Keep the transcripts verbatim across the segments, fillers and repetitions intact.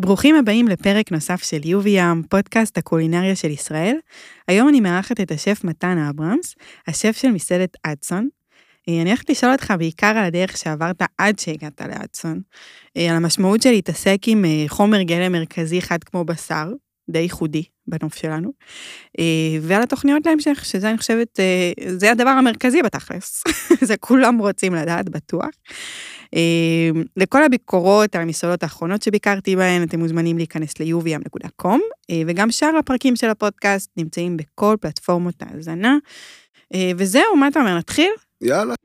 ברוכים הבאים לפרק נוסף של יובי ים, פודקאסט הקולינריה של ישראל. היום אני מארחת את השף מתן אברהמס, השף של מסעדת אדסון. אני הולכת לשאול אותך בעיקר על הדרך שעברת עד שהגעת לאדסון, על המשמעות של להתעסק עם חומר גלם מרכזי אחד כמו בשר, די ייחודי בנוף שלנו, ועל התוכניות להמשך, שזה אני חושבת, זה הדבר המרכזי בתכלס. זה כולם רוצים לדעת, בטוח. לכל הביקורות על המסעדות האחרונות שביקרתי בהן, אתם מוזמנים להיכנס ל-יובי ים דוט קום, וגם שאר הפרקים של הפודקאסט נמצאים בכל פלטפורמות ההאזנה. וזהו, מה אתה אומר, נתחיל? יאללה.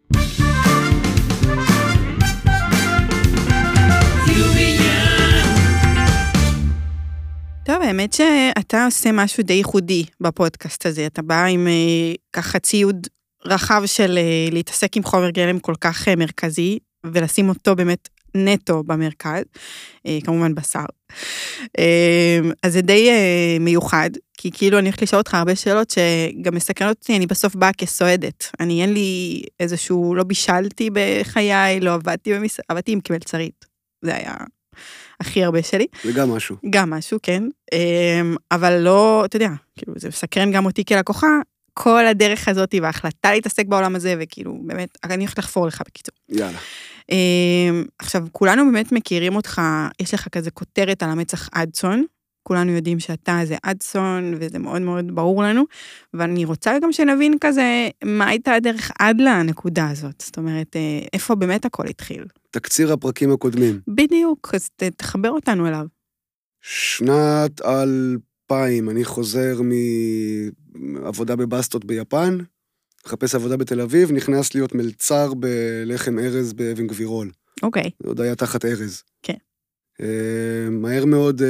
טוב, האמת שאתה עושה משהו די ייחודי בפודקאסט הזה. אתה בא עם ככה ציוד רחב של להתעסק עם חומר גלם כל כך מרכזי, ולשים אותו באמת נטו במרכז, כמובן בשר. אז זה די מיוחד, כי כאילו אני הולכת לשאול אותך הרבה שאלות שגם מסקרנות אותי, אני בסוף באה כסועדת. אני אין לי איזשהו, לא בישלתי בחיי, לא עבדתי במסעדה, עבדתי עם כמלצרית. זה היה הכי הרבה שלי. זה גם משהו. גם משהו, כן. אבל לא, אתה יודע, כאילו זה מסקרן גם אותי כלקוחה, כל הדרך הזאת וההחלטה להתעסק בעולם הזה, וכאילו באמת, אני הולכת לחפור לך בקיצור. יאללה. עכשיו, כולנו באמת מכירים אותך, יש לך כזה כותרת על המצח אדסון, כולנו יודעים שאתה זה אדסון, וזה מאוד מאוד ברור לנו, ואני רוצה גם שנבין כזה, מה הייתה הדרך עד לנקודה הזאת, זאת אומרת, איפה באמת הכל התחיל? תקציר הפרקים הקודמים. בדיוק, אז תחבר אותנו אליו. שנת אלפיים, אני חוזר מעבודה בבסטות ביפן, מחפש עבודה בתל אביב, נכנס להיות מלצר בלחם ארז באבן גבירול. אוקיי. זה עוד היה תחת ארז. כן. מהר מאוד,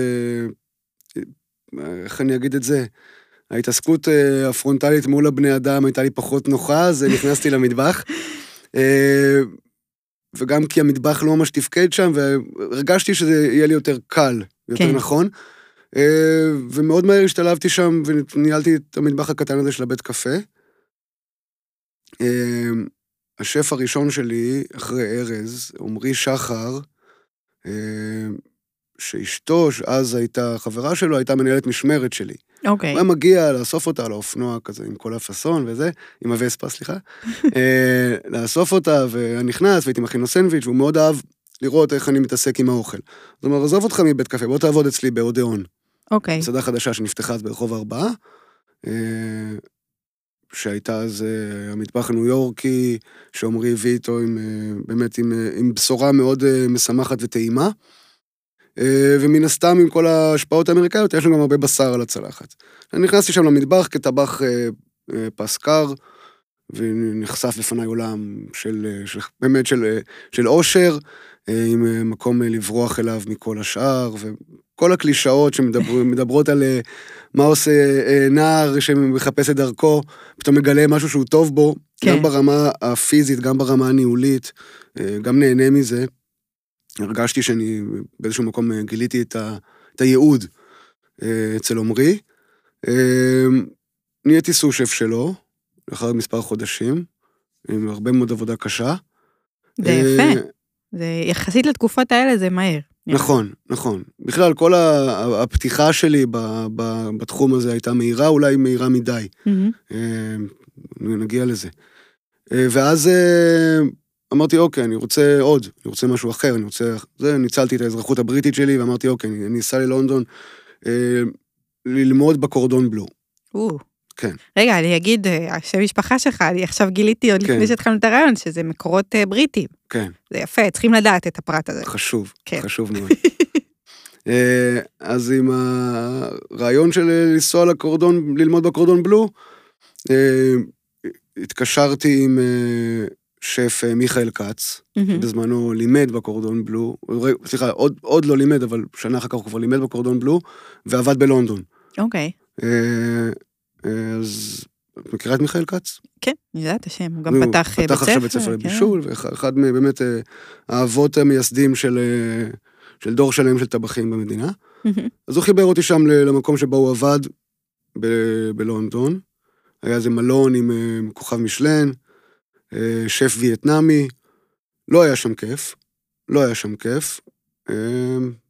איך אני אגיד את זה? ההתעסקות הפרונטלית מול הבני אדם הייתה לי פחות נוחה, אז נכנסתי למטבח. וגם כי המטבח לא ממש תפקד שם, והרגשתי שזה יהיה לי יותר קל, יותר נכון. ומאוד מהר השתלבתי שם, וניהלתי את המטבח הקטן הזה של הבית קפה. השף הראשון שלי, אחרי ארז, עומרי שחר, שאשתו, שאז הייתה חברה שלו, הייתה מנהלת משמרת שלי. אוקיי. הוא היה מגיע לאסוף אותה על האופנוע כזה, עם כל הפסון וזה, עם הווספה, סליחה, לאסוף אותה, ונכנס, והייתי מכין לו סנדוויץ', והוא מאוד אהב לראות איך אני מתעסק עם האוכל. זאת אומרת, עזוב אותך מבית קפה, בוא תעבוד אצלי באודיאון. אוקיי. מסעדה חדשה שנפתחה אז ברחוב ארבעה, שהייתה אז המטבח הניו יורקי, שעומרי הביא איתו עם, באמת עם, עם בשורה מאוד משמחת וטעימה, ומן הסתם עם כל ההשפעות האמריקאיות, יש לנו גם הרבה בשר על הצלחת. אני נכנסתי שם למטבח כטבח פסקר, ונחשף לפני עולם של, של באמת של, של אושר, עם מקום לברוח אליו מכל השאר, וכל הקלישאות שמדברות על מה עושה נער שמחפש את דרכו, פתאום מגלה משהו שהוא טוב בו, כן. גם ברמה הפיזית, גם ברמה הניהולית, גם נהנה מזה. הרגשתי שאני באיזשהו מקום גיליתי את, ה, את הייעוד אצל עומרי. נהייתי סושף שלו, לאחר מספר חודשים, עם הרבה מאוד עבודה קשה. זה יפה. זה יחסית לתקופות האלה זה מהר. נכון, נכון. בכלל, כל הפתיחה שלי בתחום הזה הייתה מהירה, אולי מהירה מדי. נגיע לזה. ואז אמרתי, אוקיי, אני רוצה עוד, אני רוצה משהו אחר, אני רוצה, זה, ניצלתי את האזרחות הבריטית שלי, ואמרתי, אוקיי, אני אסע ללונדון, ללמוד בקורדון בלו. כן. רגע, אני אגיד, השם משפחה שלך, אני עכשיו גיליתי עוד לפני שהתחלנו את הרעיון, שזה מקורות בריטים. כן. זה יפה, צריכים לדעת את הפרט הזה. חשוב, חשוב מאוד. אז עם הרעיון של לנסוע לקורדון, ללמוד בקורדון בלו, התקשרתי עם שף מיכאל קץ, בזמנו לימד בקורדון בלו, סליחה, עוד לא לימד, אבל שנה אחר כך הוא כבר לימד בקורדון בלו, ועבד בלונדון. אוקיי. אז את מכירה את מיכאל קץ? כן, אני יודעת השם, הוא גם פתח בית ספר. פתח עכשיו בית ספר לבישול, ואחד באמת האבות המייסדים של דור שלם של טבחים במדינה. אז הוא חיבר אותי שם למקום שבו הוא עבד בלונדון. היה איזה מלון עם כוכב משלן, שף וייטנאמי. לא היה שם כיף, לא היה שם כיף.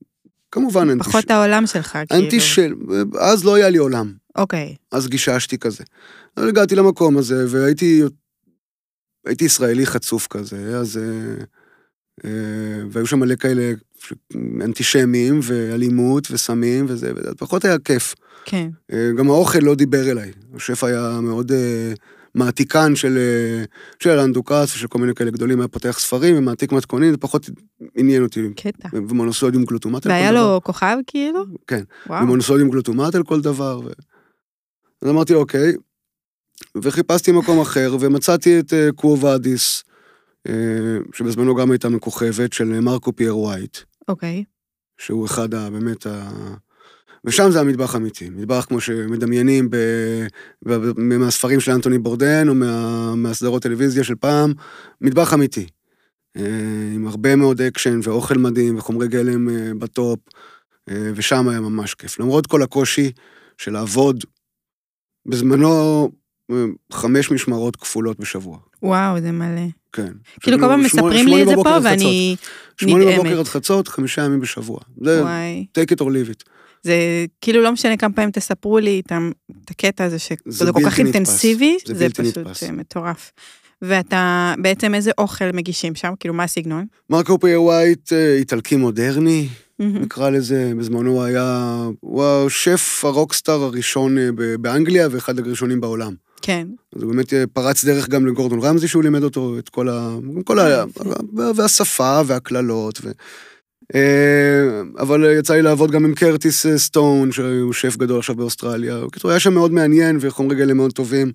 כמובן אנטישמי. פחות העולם שלך, כאילו. אנטישמי, אז לא היה לי עולם. אוקיי. אז גיששתי כזה. אז הגעתי למקום הזה, והייתי הייתי ישראלי חצוף כזה, אז... והיו שם מלא כאלה אנטישמיים, ואלימות, וסמים, וזה, וזה פחות היה כיף. כן. גם האוכל לא דיבר אליי. השף היה מאוד מעתיקן של אלן דוקס, ושל כל מיני כאלה גדולים, היה פותח ספרים, ומעתיק מתכונים, זה פחות עניין אותי. קטע. ומונוסודיום גלוטומט על כל דבר. והיה לו כוכב כאילו? כן. ומונוסודיום גלוטומט על כל דבר. אז אמרתי, אוקיי, וחיפשתי מקום אחר, ומצאתי את קוו ואדיס, שבזמנו גם הייתה מכוכבת, של מרקו פייר ווייט. אוקיי. שהוא אחד ה... באמת ה... ושם זה המטבח אמיתי. מטבח כמו שמדמיינים מהספרים של אנטוני בורדן, או מהסדרות טלוויזיה של פעם, מטבח אמיתי. עם הרבה מאוד אקשן, ואוכל מדהים, וחומרי גלם בטופ, ושם היה ממש כיף. למרות כל הקושי של לעבוד, בזמנו חמש משמרות כפולות בשבוע. וואו, זה מלא. כן. כאילו כל פעם מספרים לי את זה פה, ואני נדהמת. שמונה בבוקר עד חצות, חמישה ימים בשבוע. זה take it or leave it. זה כאילו לא משנה כמה פעמים תספרו לי את הקטע הזה, שזה כל כך אינטנסיבי, זה פשוט מטורף. ואתה בעצם איזה אוכל מגישים שם? כאילו מה הסגנון? מרקו פייר ווייט, איטלקי מודרני, נקרא לזה, בזמנו הוא היה, הוא שף הרוקסטאר הראשון באנגליה, ואחד הראשונים בעולם. כן. אז הוא באמת פרץ דרך גם לגורדון רמזי, שהוא לימד אותו את כל ה... כל ה... והשפה והכללות. ו... אבל יצא לי לעבוד גם עם קרטיס סטון, שהוא שף גדול עכשיו באוסטרליה. הוא היה שם מאוד מעניין, וחומרי גלם מאוד טובים.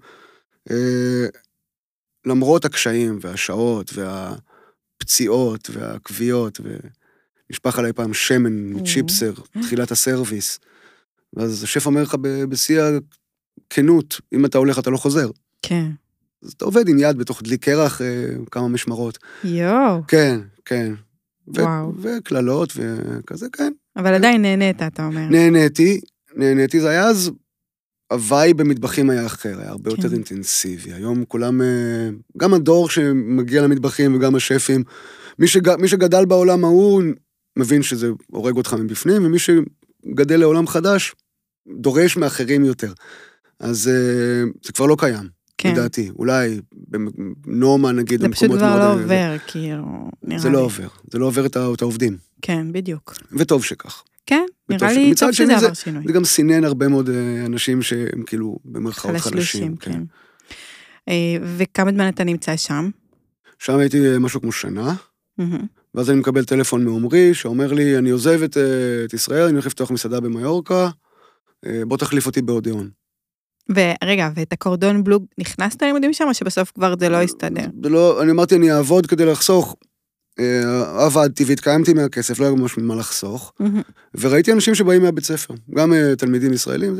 למרות הקשיים והשעות והפציעות והקביעות, ונשפח עליי פעם שמן מצ'יפסר, תחילת הסרוויס. ואז השף אומר לך בשיא הכנות, אם אתה הולך אתה לא חוזר. כן. אז אתה עובד עם יד בתוך דלי קרח כמה משמרות. יואו. כן, כן. וואו. וכללות וכזה, כן. אבל עדיין נהנית, אתה אומר. נהניתי, נהניתי, זה היה אז... הוואי במטבחים היה אחר, היה הרבה יותר אינטנסיבי. היום כולם, גם הדור שמגיע למטבחים וגם השפים, מי, שג, מי שגדל בעולם ההוא מבין שזה הורג אותך מבפנים, ומי שגדל לעולם חדש דורש מאחרים יותר. אז זה כבר לא קיים, לדעתי. אולי בנומה נגיד. זה פשוט כבר לא עובר, כאילו, נראה לי. זה לא עובר, זה לא עובר את העובדים. כן, בדיוק. וטוב שכך. כן, נראה לי טוב שזה עבר שינוי. זה גם סינן הרבה מאוד אנשים שהם כאילו במרכאות חלשים. כן. וכמה זמן אתה נמצא שם? שם הייתי משהו כמו שנה, ואז אני מקבל טלפון מעומרי, שאומר לי, אני עוזב את ישראל, אני הולך לפתוח מסעדה במיורקה, בוא תחליף אותי באודיון. ורגע, ואת הקורדון בלו נכנסת ללימודים שם, או שבסוף כבר זה לא יסתדר? אני אמרתי, אני אעבוד כדי לחסוך, עבדתי והתקיימתי מהכסף, לא היה ממש ממה לחסוך, וראיתי אנשים שבאים מהבית ספר, גם תלמידים ישראלים, זה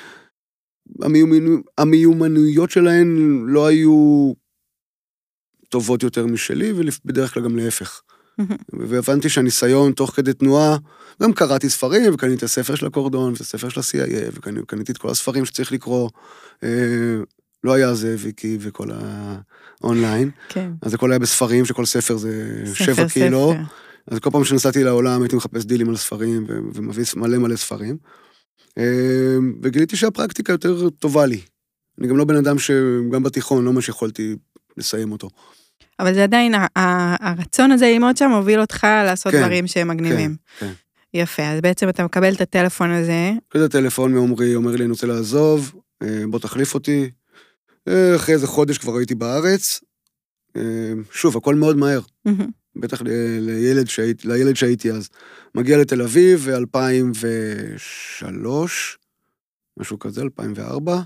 שהמיומנויות שלהם לא היו טובות יותר משלי, ובדרך כלל גם להפך. והבנתי שהניסיון תוך כדי תנועה, גם קראתי ספרים, וקניתי את הספר של הקורדון, ואת הספר של ה-סי איי איי, וקניתי את כל הספרים שצריך לקרוא, לא היה זה ויקי וכל האונליין, כן. אז הכל היה בספרים, שכל ספר זה שבע קילו, ספר. אז כל פעם שנסעתי לעולם הייתי מחפש דילים על ספרים, ומביא מלא מלא ספרים, וגיליתי שהפרקטיקה יותר טובה לי. אני גם לא בן אדם שגם בתיכון לא מה שיכולתי לסיים אותו. אבל זה עדיין, הרצון הזה ללמוד שם מוביל אותך לעשות כן, דברים שהם מגניבים. כן, כן. יפה, אז בעצם אתה מקבל את הטלפון הזה. כזה טלפון מעומרי, אומר לי, אני רוצה לעזוב, בוא תחליף אותי. אחרי איזה חודש כבר הייתי בארץ. שוב, הכל מאוד מהר. בטח לילד שהייתי, לילד שהייתי אז. מגיע לתל אביב, ב-אלפיים ושלוש, משהו כזה, אלפיים וארבע,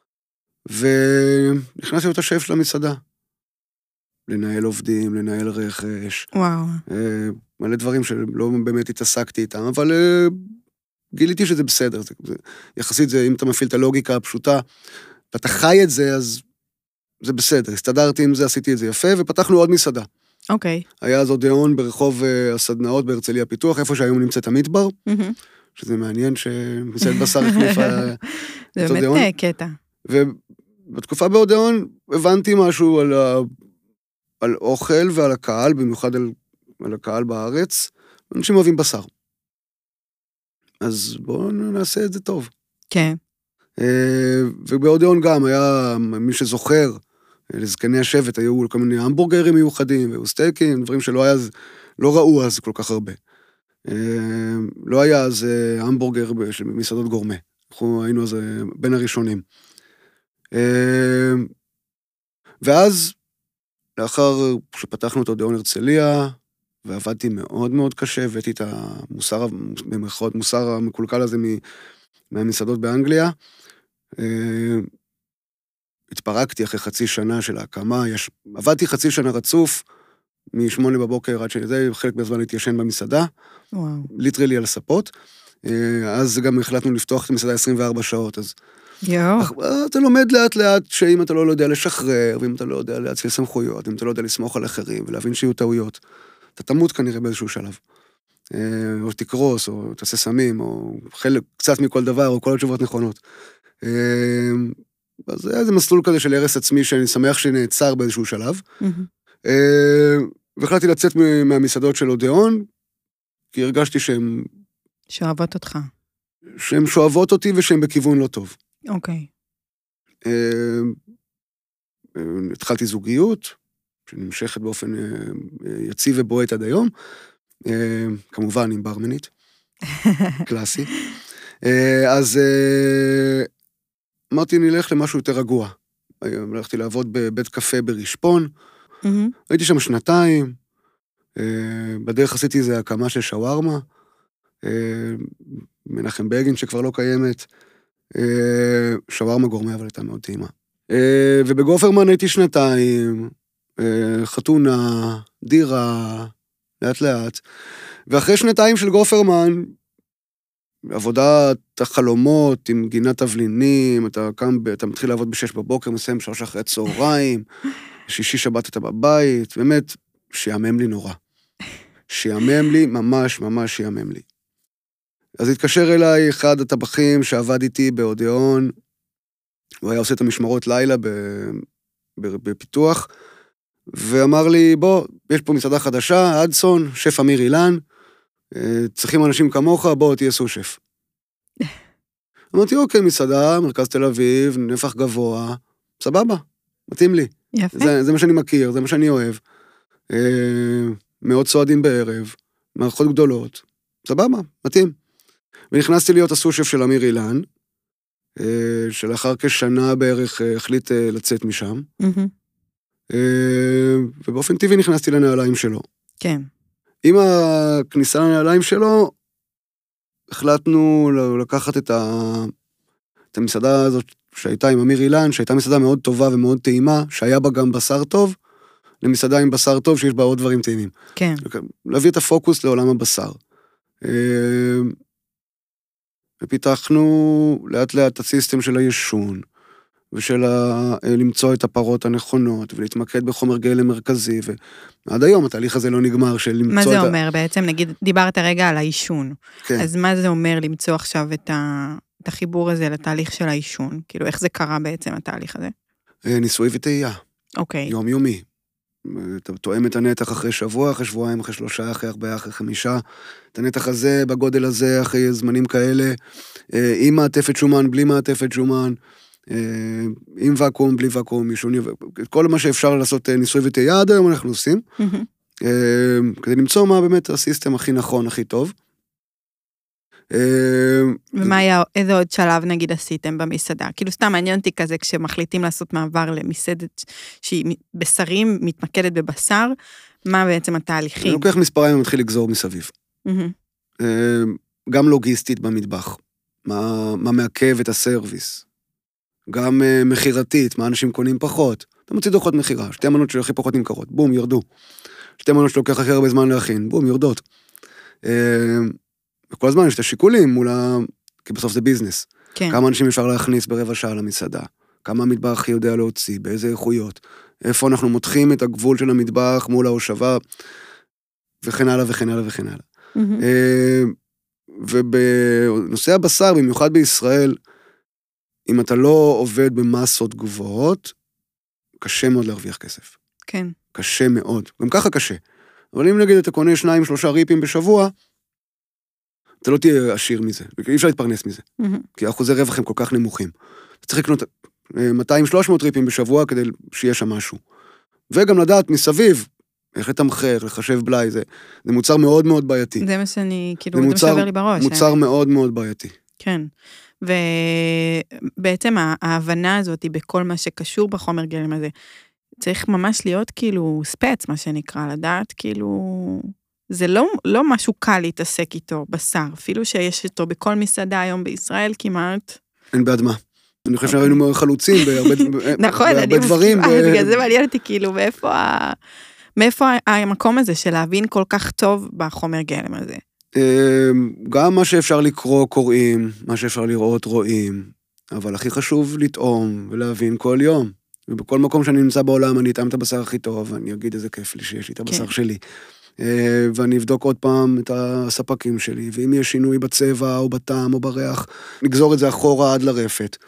ונכנסתי להיות השף של המסעדה. לנהל עובדים, לנהל רכש. וואו. מלא דברים שלא באמת התעסקתי איתם, אבל גיליתי שזה בסדר. זה, זה, יחסית זה, אם אתה מפעיל את הלוגיקה הפשוטה, ואתה חי את זה, אז זה בסדר. הסתדרתי עם זה, עשיתי את זה יפה, ופתחנו עוד מסעדה. אוקיי. היה אז אודיאון ברחוב הסדנאות בהרצליה פיתוח, איפה שהיום נמצאת המדבר, שזה מעניין שמסעד בשר החליפה את אודיאון. זה באמת קטע. ובתקופה באודיאון הבנתי משהו על ה... על אוכל ועל הקהל, במיוחד על, על הקהל בארץ, אנשים אוהבים בשר. אז בואו נעשה את זה טוב. כן. ובאודיון גם היה, מי שזוכר, לזקני השבט היו כל מיני המבורגרים מיוחדים, והיו סטייקים, דברים שלא היה, לא ראו אז כל כך הרבה. לא היה אז המבורגר של מסעדות גורמה. אנחנו היינו אז בין הראשונים. ואז, לאחר שפתחנו את אודיון הרצליה, ועבדתי מאוד מאוד קשה, הבאתי את המוסר, במרכאות, מוסר המקולקל הזה מהמסעדות באנגליה. התפרקתי אחרי חצי שנה של ההקמה, יש... עבדתי חצי שנה רצוף, משמונה בבוקר עד שזה, חלק מהזמן להתיישן במסעדה, וואו. ליטרלי על הספות. אז גם החלטנו לפתוח את המסעדה עשרים וארבע שעות, אז... יואו. אתה לומד לאט לאט שאם אתה לא יודע לשחרר, ואם אתה לא יודע להציל סמכויות, אם אתה לא יודע לסמוך על אחרים, ולהבין שיהיו טעויות, אתה תמות כנראה באיזשהו שלב. או תקרוס, או תעשה סמים, או חלק, קצת מכל דבר, או כל התשובות נכונות. אז זה היה איזה מסלול כזה של הרס עצמי, שאני שמח שנעצר באיזשהו שלב. והחלטתי לצאת מהמסעדות של אודיון, כי הרגשתי שהן... שואבות אותך. שהן שואבות אותי ושהן בכיוון לא טוב. אוקיי. התחלתי זוגיות, שנמשכת באופן יציב ובועט עד היום, כמובן עם ברמנית, קלאסי. אז אמרתי, נלך למשהו יותר רגוע. הלכתי לעבוד בבית קפה ברשפון, הייתי שם שנתיים, בדרך עשיתי איזה הקמה של שווארמה, מנחם בגין שכבר לא קיימת, שווארמה גורמה אבל הייתה מאוד טעימה. ובגופרמן הייתי שנתיים, חתונה, דירה, לאט לאט, ואחרי שנתיים של גופרמן, עבודת החלומות עם גינת תבלינים, אתה קם, אתה מתחיל לעבוד בשש בבוקר, מסיים שלוש אחרי צהריים, שישי שבת אתה בבית, באמת, שיאמם לי נורא. שיאמם לי, ממש ממש שיאמם לי. אז התקשר אליי אחד הטבחים שעבד איתי באודיון, הוא היה עושה את המשמרות לילה בפיתוח, ואמר לי, בוא, יש פה מסעדה חדשה, אדסון, שף אמיר אילן, צריכים אנשים כמוך, בוא, תהיה סו-שף. אמרתי, אוקיי, מסעדה, מרכז תל אביב, נפח גבוה, סבבה, מתאים לי. יפה. זה, זה מה שאני מכיר, זה מה שאני אוהב. מאוד סועדים בערב, מערכות גדולות, סבבה, מתאים. ונכנסתי להיות הסו-שף של אמיר אילן, שלאחר כשנה בערך החליט לצאת משם, ובאופן טבעי נכנסתי לנעליים שלו. כן. עם הכניסה לנעליים שלו, החלטנו לקחת את, ה... את המסעדה הזאת שהייתה עם אמיר אילן, שהייתה מסעדה מאוד טובה ומאוד טעימה, שהיה בה גם בשר טוב, למסעדה עם בשר טוב שיש בה עוד דברים טעימים. כן. להביא את הפוקוס לעולם הבשר. ופיתחנו לאט לאט את הסיסטם של הישון, ושל ה... למצוא את הפרות הנכונות, ולהתמקד בחומר גלם מרכזי, ועד היום התהליך הזה לא נגמר של למצוא את ה... מה זה אומר בעצם? נגיד, דיברת רגע על האישון. כן. אז מה זה אומר למצוא עכשיו את, ה... את החיבור הזה לתהליך של האישון? כאילו, איך זה קרה בעצם, התהליך הזה? ניסוי וטעייה. אוקיי. יומיומי. אתה תואם את הנתח אחרי שבוע, אחרי שבועיים, אחרי שלושה, אחרי ארבעה, אחרי חמישה. את הנתח הזה, בגודל הזה, אחרי זמנים כאלה, עם מעטפת שומן, בלי מעטפת שומן, עם ואקום, בלי ואקום, מישוני, כל מה שאפשר לעשות ניסוי וטעייה, עד היום אנחנו עושים, כדי למצוא מה באמת הסיסטם הכי נכון, הכי טוב. ומה היה, איזה עוד שלב נגיד עשיתם במסעדה? כאילו סתם מעניין אותי כזה, כשמחליטים לעשות מעבר למסעדת שהיא בשרים, מתמקדת בבשר, מה בעצם התהליכים? אני לוקח מספריים ומתחיל לגזור מסביב. גם לוגיסטית במטבח, מה, מה מעכב את הסרוויס, גם מחירתית, מה אנשים קונים פחות, אתה מוציא דוחות מחירה, שתי המנות שהכי פחות נמכרות, בום, ירדו. שתי המנות שלוקח הכי הרבה זמן להכין, בום, יורדות. וכל הזמן יש את השיקולים מול ה... כי בסוף זה ביזנס. כן. כמה אנשים אפשר להכניס ברבע שעה למסעדה, כמה המטבח יודע להוציא, באיזה איכויות, איפה אנחנו מותחים את הגבול של המטבח מול ההושבה, וכן הלאה וכן הלאה וכן הלאה. Mm-hmm. ובנושא הבשר, במיוחד בישראל, אם אתה לא עובד במסות גבוהות, קשה מאוד להרוויח כסף. כן. קשה מאוד, גם ככה קשה. אבל אם נגיד אתה קונה שניים, שלושה ריפים בשבוע, אתה לא תהיה עשיר מזה, אי אפשר להתפרנס מזה, מהמם. כי אחוזי רווח הם כל כך נמוכים. אתה צריך לקנות מאתיים שלוש מאות טריפים בשבוע כדי שיהיה שם משהו. וגם לדעת מסביב, איך לתמחר, לחשב בלי, זה, זה מוצר מאוד מאוד בעייתי. זה מה שאני, כאילו, זה זה מוצר, משבר לי בראש. מוצר מאוד מאוד בעייתי. כן. ובעצם ההבנה הזאת היא בכל מה שקשור בחומר גלם הזה. צריך ממש להיות כאילו ספץ, מה שנקרא, לדעת, כאילו, זה לא, לא משהו קל להתעסק איתו, בשר, אפילו שיש אותו בכל מסעדה היום בישראל כמעט. אין בעד מה. אני חושב שהיינו מאוד חלוצים בהרבה נכון, אני דברים. מסכימה, בגלל זה מעניין אותי כאילו, מאיפה ה... מאיפה המקום הזה של להבין כל כך טוב בחומר גלם הזה? גם מה שאפשר לקרוא קוראים, מה שאפשר לראות רואים, אבל הכי חשוב לטעום ולהבין כל יום. ובכל מקום שאני נמצא בעולם אני אטעם את הבשר הכי טוב, ואני אגיד איזה כיף לי שיש לי את הבשר שלי. ואני אבדוק עוד פעם את הספקים שלי, ואם יש שינוי בצבע או בטעם או בריח, נגזור את זה אחורה עד לרפת.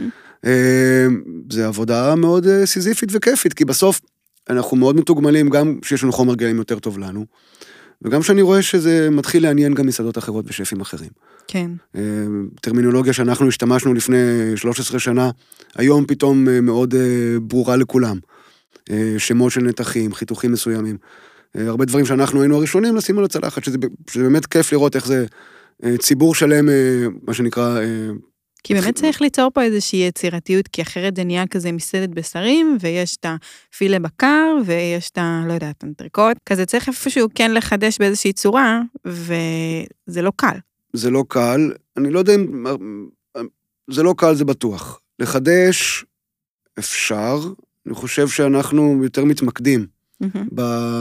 זה עבודה מאוד סיזיפית וכיפית, כי בסוף אנחנו מאוד מתוגמלים, גם שיש לנו חומר גלם יותר טוב לנו, וגם שאני רואה שזה מתחיל לעניין גם מסעדות אחרות ושפים אחרים. כן. טרמינולוגיה שאנחנו השתמשנו לפני שלוש עשרה שנה, היום פתאום מאוד ברורה לכולם. שמות של נתחים, חיתוכים מסוימים. הרבה דברים שאנחנו היינו הראשונים לשים על הצלחת, שזה, שזה באמת כיף לראות איך זה ציבור שלם, מה שנקרא... כי באמת צריך ליצור פה איזושהי יצירתיות, כי אחרת זה נהיה כזה מסעדת בשרים, ויש את הפילה בקר, ויש את ה... לא יודעת, אנטריקוט, כזה צריך איפשהו כן לחדש באיזושהי צורה, וזה לא קל. זה לא קל, אני לא יודע אם... זה לא קל, זה בטוח. לחדש אפשר, אני חושב שאנחנו יותר מתמקדים, ב...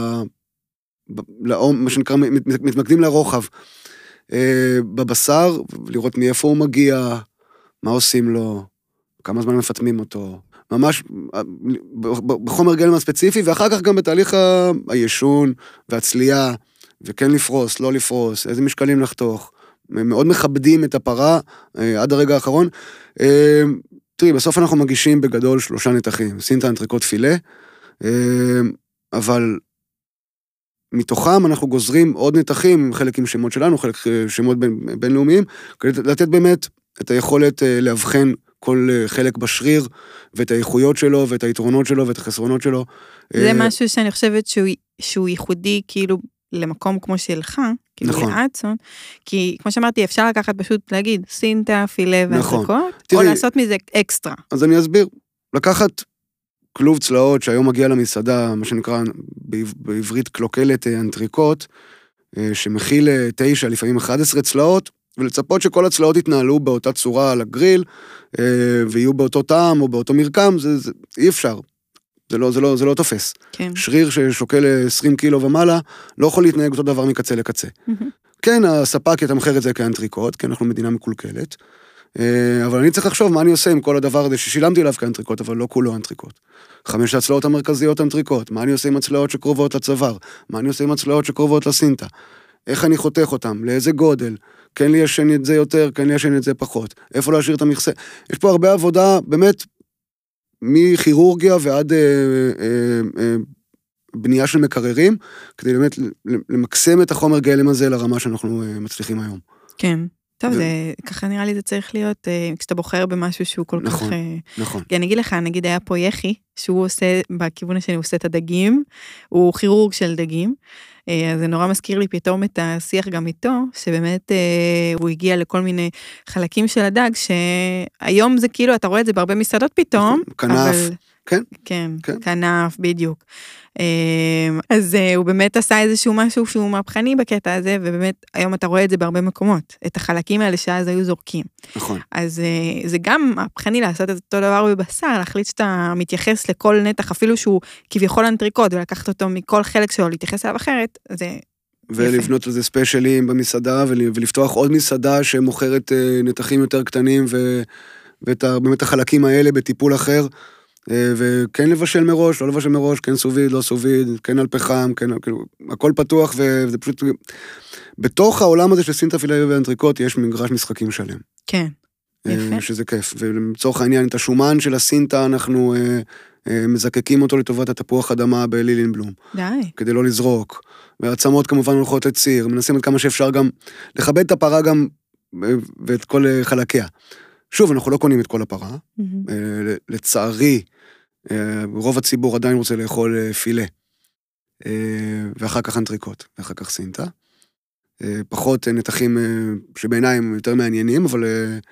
מה שנקרא, מתמקדים לרוחב, בבשר, לראות מאיפה הוא מגיע, מה עושים לו, כמה זמן מפתמים אותו, ממש בחומר גלם הספציפי, ואחר כך גם בתהליך הישון והצלייה, וכן לפרוס, לא לפרוס, איזה משקלים לחתוך, מאוד מכבדים את הפרה עד הרגע האחרון. תראי, בסוף אנחנו מגישים בגדול שלושה נתחים, סינטה, אנטריקוט, פילה, אבל מתוכם אנחנו גוזרים עוד נתחים, חלק עם שמות שלנו, חלק שמות בין, בינלאומיים, כדי לתת באמת את היכולת להבחן כל חלק בשריר, ואת האיכויות שלו, ואת היתרונות שלו, ואת החסרונות שלו. זה משהו שאני חושבת שהוא, שהוא ייחודי, כאילו, למקום כמו שלך, כאילו נכון. לאדסון, כי כמו שאמרתי, אפשר לקחת פשוט להגיד, סינטה, פילה ואנטריקוט, נכון. או תראי, לעשות מזה אקסטרה. אז אני אסביר, לקחת כלוב צלעות שהיום מגיע למסעדה, מה שנקרא בעברית קלוקלת אנטריקוט, שמכיל תשע, לפעמים אחת עשרה צלעות, ולצפות שכל הצלעות יתנהלו באותה צורה על הגריל, ויהיו באותו טעם או באותו מרקם, זה, זה אי אפשר. זה לא, זה לא, זה לא תופס. כן. שריר ששוקל עשרים קילו ומעלה, לא יכול להתנהג אותו דבר מקצה לקצה. Mm-hmm. כן, הספק יתמחר את זה כאנטריקוט, כי אנחנו מדינה מקולקלת, אבל אני צריך לחשוב מה אני עושה עם כל הדבר הזה ששילמתי עליו כאנטריקוט, אבל לא כולו אנטריקוט. חמש הצלעות המרכזיות אנטריקוט, מה אני עושה עם הצלעות שקרובות לצוואר, מה אני עושה עם הצלעות שקרובות לסינטה, איך אני חותך אותם, לאיזה גודל, כן לי ישן את זה יותר, כן לי ישן את זה פחות, איפה להשאיר את המכסה. יש פה הרבה עבודה, באמת, מכירורגיה ועד אה, אה, אה, בנייה של מקררים, כדי באמת למקסם את החומר גלם הזה לרמה שאנחנו אה, מצליחים היום. כן. טוב, זה, ככה נראה לי זה צריך להיות, כשאתה בוחר במשהו שהוא כל נכון, כך... נכון. כי אני אגיד לך, נגיד היה פה יחי, שהוא עושה, בכיוון השני הוא עושה את הדגים, הוא כירורג של דגים, אז זה נורא מזכיר לי פתאום את השיח גם איתו, שבאמת הוא הגיע לכל מיני חלקים של הדג, שהיום זה כאילו, אתה רואה את זה בהרבה מסעדות פתאום, כנף, אבל... כן? כן, כן, כנף, בדיוק. אז הוא באמת עשה איזשהו משהו שהוא מהפכני בקטע הזה, ובאמת היום אתה רואה את זה בהרבה מקומות, את החלקים האלה שאז היו זורקים. נכון. אז זה גם מהפכני לעשות את אותו דבר בבשר, להחליט שאתה מתייחס לכל נתח, אפילו שהוא כביכול אנטריקוט, ולקחת אותו מכל חלק שלו, להתייחס אליו אחרת, זה... ולבנות לזה ספיישלים במסעדה, ולפתוח עוד מסעדה שמוכרת נתחים יותר קטנים, ובאמת החלקים האלה בטיפול אחר, וכן לבשל מראש, לא לבשל מראש, כן סוביד, לא סוביד, כן על פחם, כן, כאילו, הכל פתוח, וזה פשוט, בתוך העולם הזה של סינטה, פילה ואנטריקוט, יש מגרש משחקים שלם. כן. יפה. שזה כיף. ולצורך העניין, את השומן של הסינטה, אנחנו מזקקים אותו לטובת התפוח אדמה בלילינבלום. די. כדי לא לזרוק. והעצמות כמובן הולכות לציר, מנסים עד כמה שאפשר גם לכבד את הפרה גם ואת כל חלקיה. שוב, אנחנו לא קונים את כל הפרה. לצערי, רוב הציבור עדיין רוצה לאכול פילה. ואחר כך אנטריקוט, ואחר כך סינטה. פחות נתחים שבעיניי הם יותר מעניינים, אבל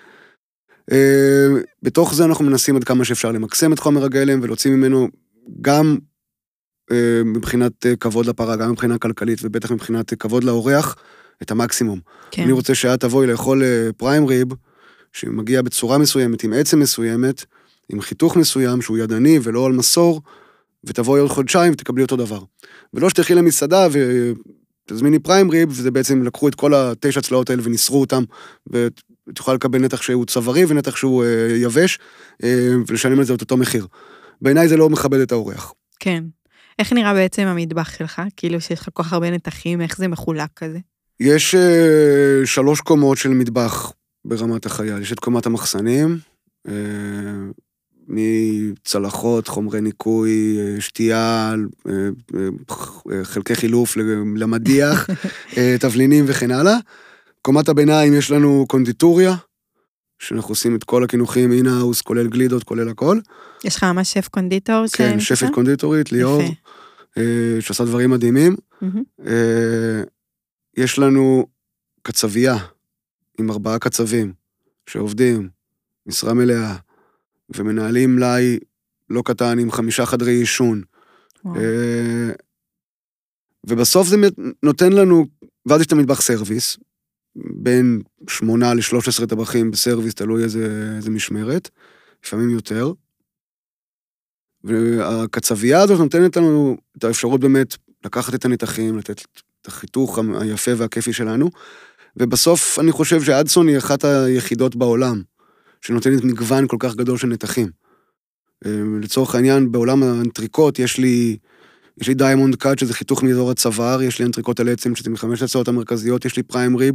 בתוך זה אנחנו מנסים עד כמה שאפשר למקסם את חומר הגלם, ולהוציא ממנו גם מבחינת כבוד לפרה, גם מבחינה כלכלית, ובטח מבחינת כבוד לאורח, את המקסימום. כן. אני רוצה שאת תבואי לאכול פריים ריב, שמגיע בצורה מסוימת, עם עצם מסוימת, עם חיתוך מסוים, שהוא ידני ולא על מסור, ותבואי עוד חודשיים ותקבלי אותו דבר. ולא שתלכי למסעדה ותזמיני פריים ריב, וזה בעצם לקחו את כל התשע צלעות האלה וניסרו אותם, ותוכל לקבל נתח שהוא צווארי ונתח שהוא יבש, ולשלם על זה את אותו מחיר. בעיניי זה לא מכבד את האורח. כן. איך נראה בעצם המטבח שלך? כאילו שיש לך כל כך הרבה נתחים, איך זה מחולק כזה? יש שלוש קומות של מטבח ברמת החייל. יש את קומת המחסנים, מצלחות, חומרי ניקוי, שתייה, חלקי חילוף למדיח, תבלינים וכן הלאה. קומת הביניים יש לנו קונדיטוריה, שאנחנו עושים את כל הכינוחים, אין-האוס, כולל גלידות, כולל הכל. יש לך ממש שף קונדיטור? כן, שפת קונדיטורית, ליאור, שעושה דברים מדהימים. יש לנו קצבייה, עם ארבעה קצבים, שעובדים, משרה מלאה, ומנהלים מלאי לא קטן עם חמישה חדרי אישון. ובסוף זה נותן לנו, ואז יש את המטבח סרוויס, בין שמונה לשלוש עשרה טבחים בסרוויס, תלוי איזה, איזה משמרת, לפעמים יותר. והקצבייה הזאת נותנת לנו את האפשרות באמת לקחת את הנתחים, לתת את החיתוך היפה והכיפי שלנו, ובסוף אני חושב שאדסון היא אחת היחידות בעולם, שנותנת מגוון כל כך גדול של נתחים. לצורך העניין, בעולם האנטריקות יש לי, יש לי דיימונד קאט, שזה חיתוך מאזור הצוואר, יש לי אנטריקות על עצם, שזה מחמש הצעות המרכזיות, יש לי פריים ריב,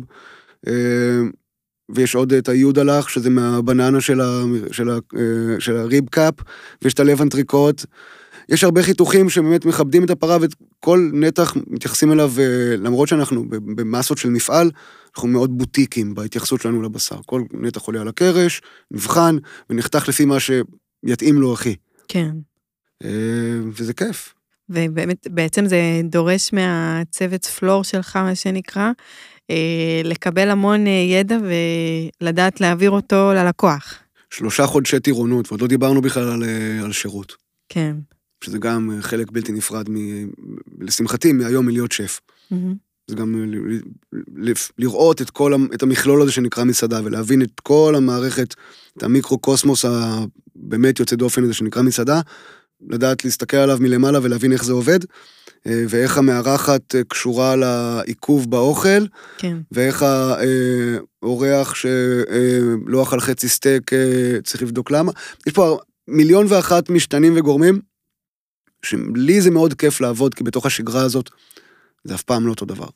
ויש עוד את היודלח, שזה מהבננה של, ה, של, ה, של הריב קאפ, ויש את הלב אנטריקות. יש הרבה חיתוכים שבאמת מכבדים את הפרה, וכל נתח מתייחסים אליו, למרות שאנחנו במסות של מפעל, אנחנו מאוד בוטיקים בהתייחסות שלנו לבשר. כל נתח עולה על הקרש, נבחן, ונחתך לפי מה שיתאים לו הכי. כן. וזה כיף. ובאמת, בעצם זה דורש מהצוות פלור שלך, מה שנקרא, לקבל המון ידע ולדעת להעביר אותו ללקוח. שלושה חודשי טירונות, ועוד לא דיברנו בכלל על, על שירות. כן. שזה גם חלק בלתי נפרד, מ, לשמחתי, מהיום מלהיות שף. Mm-hmm. זה גם לראות את, כל, את המכלול הזה שנקרא מסעדה, ולהבין את כל המערכת, את המיקרו-קוסמוס הבאמת יוצא דופן הזה שנקרא מסעדה, לדעת להסתכל עליו מלמעלה ולהבין איך זה עובד, ואיך המארחת קשורה לעיכוב באוכל, כן. ואיך האורח שלא אכל חצי סטייק צריך לבדוק למה. יש פה מיליון ואחת משתנים וגורמים, שלי זה מאוד כיף לעבוד, כי בתוך השגרה הזאת, זה אף פעם לא אותו דבר.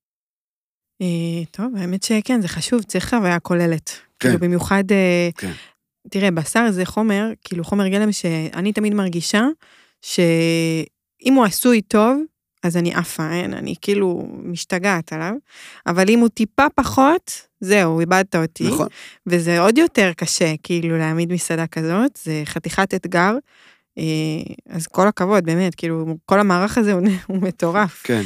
טוב, האמת שכן, זה חשוב, צריך חוויה כוללת. כן. כאילו במיוחד, כן. תראה, בשר זה חומר, כאילו חומר גלם שאני תמיד מרגישה, שאם הוא עשוי טוב, אז אני עפה, אין, אני כאילו משתגעת עליו, אבל אם הוא טיפה פחות, זהו, איבדת אותי. נכון. וזה עוד יותר קשה, כאילו להעמיד מסעדה כזאת, זה חתיכת אתגר, אז כל הכבוד, באמת, כאילו, כל המערך הזה הוא, הוא מטורף. כן.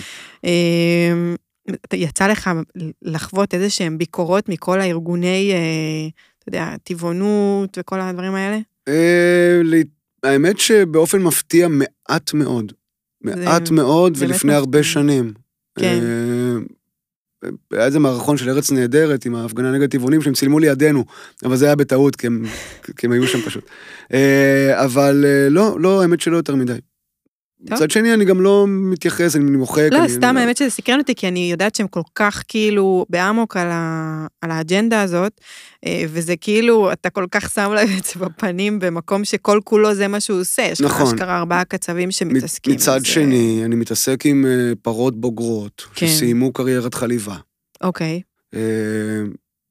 יצא לך לחוות איזה שהם ביקורות מכל הארגוני, אתה יודע, טבעונות וכל הדברים האלה? האמת שבאופן מפתיע מעט מאוד. מעט מאוד ולפני הרבה שנים. כן. היה איזה מערכון של ארץ נהדרת עם ההפגנה נגד טבעונים שהם צילמו לידינו, אבל זה היה בטעות, כי הם, כי הם היו שם פשוט. אבל לא, לא, האמת שלא יותר מדי. מצד שני, אני גם לא מתייחס, אני מוחק. לא, סתם, האמת שזה סקרן אותי, כי אני יודעת שהם כל כך כאילו באמוק על האג'נדה הזאת, וזה כאילו, אתה כל כך שם לב את זה בפנים, במקום שכל כולו זה מה שהוא עושה. יש לך אשכרה ארבעה קצבים שמתעסקים. מצד שני, אני מתעסק עם פרות בוגרות, שסיימו קריירת חליבה. אוקיי.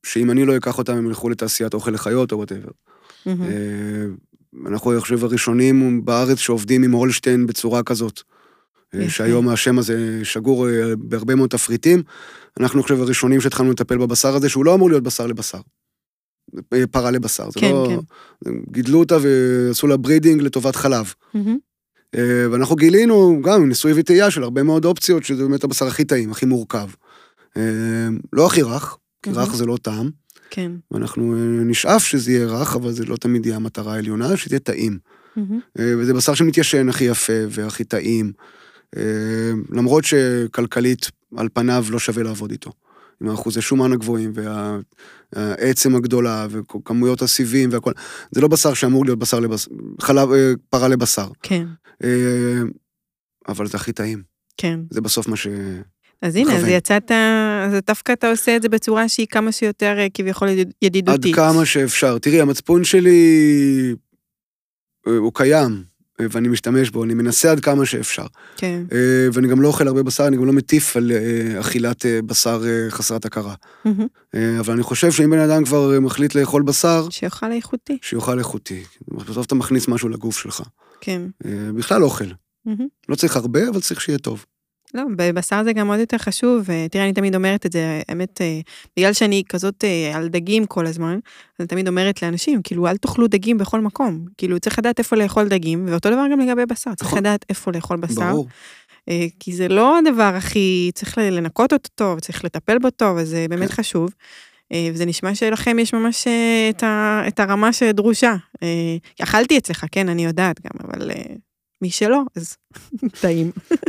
שאם אני לא אקח אותם, הם ילכו לתעשיית אוכל לחיות או whatever. אנחנו, אני חושב, הראשונים בארץ שעובדים עם הולשטיין בצורה כזאת, שהיום השם הזה שגור בהרבה מאוד תפריטים. אנחנו, אני חושב, הראשונים שהתחלנו לטפל בבשר הזה, שהוא לא אמור להיות בשר לבשר. פרה לבשר. זה לא... גידלו אותה ועשו לה ברידינג לטובת חלב. ואנחנו גילינו גם ניסוי וטעייה של הרבה מאוד אופציות, שזה באמת הבשר הכי טעים, הכי מורכב. לא הכי רך, כי רך זה לא טעם. כן. ואנחנו נשאף שזה יהיה רך, אבל זה לא תמיד יהיה המטרה העליונה, שזה יהיה טעים. וזה בשר שמתיישן הכי יפה והכי טעים, למרות שכלכלית על פניו לא שווה לעבוד איתו. עם האחוזי שומן הגבוהים, והעצם הגדולה, וכמויות הסיבים והכל. זה לא בשר שאמור להיות בשר לבשר, חלב, פרה לבשר. כן. אבל זה הכי טעים. כן. זה בסוף מה ש... אז הנה, אז יצאת, אז דווקא אתה עושה את זה בצורה שהיא כמה שיותר כביכול ידידותית. עד כמה שאפשר. תראי, המצפון שלי הוא קיים, ואני משתמש בו, אני מנסה עד כמה שאפשר. כן. ואני גם לא אוכל הרבה בשר, אני גם לא מטיף על אכילת בשר חסרת הכרה. אבל אני חושב שאם בן אדם כבר מחליט לאכול בשר... שיאכל איכותי. שיאכל איכותי. בסוף אתה מכניס משהו לגוף שלך. כן. בכלל אוכל. לא צריך הרבה, אבל צריך שיהיה טוב. לא, בבשר זה גם עוד יותר חשוב, ותראה, אני תמיד אומרת את זה, האמת, בגלל שאני כזאת על דגים כל הזמן, אני תמיד אומרת לאנשים, כאילו, אל תאכלו דגים בכל מקום, כאילו, צריך לדעת איפה לאכול דגים, ואותו דבר גם לגבי בשר, צריך לדעת איפה לאכול בשר, ברור. כי זה לא הדבר הכי, צריך לנקות אותו טוב, צריך לטפל בו טוב, אז זה באמת חשוב, וזה נשמע שלכם יש ממש את הרמה שדרושה, אכלתי אצלך, כן, אני יודעת גם, אבל... מי שלא, אז טעים.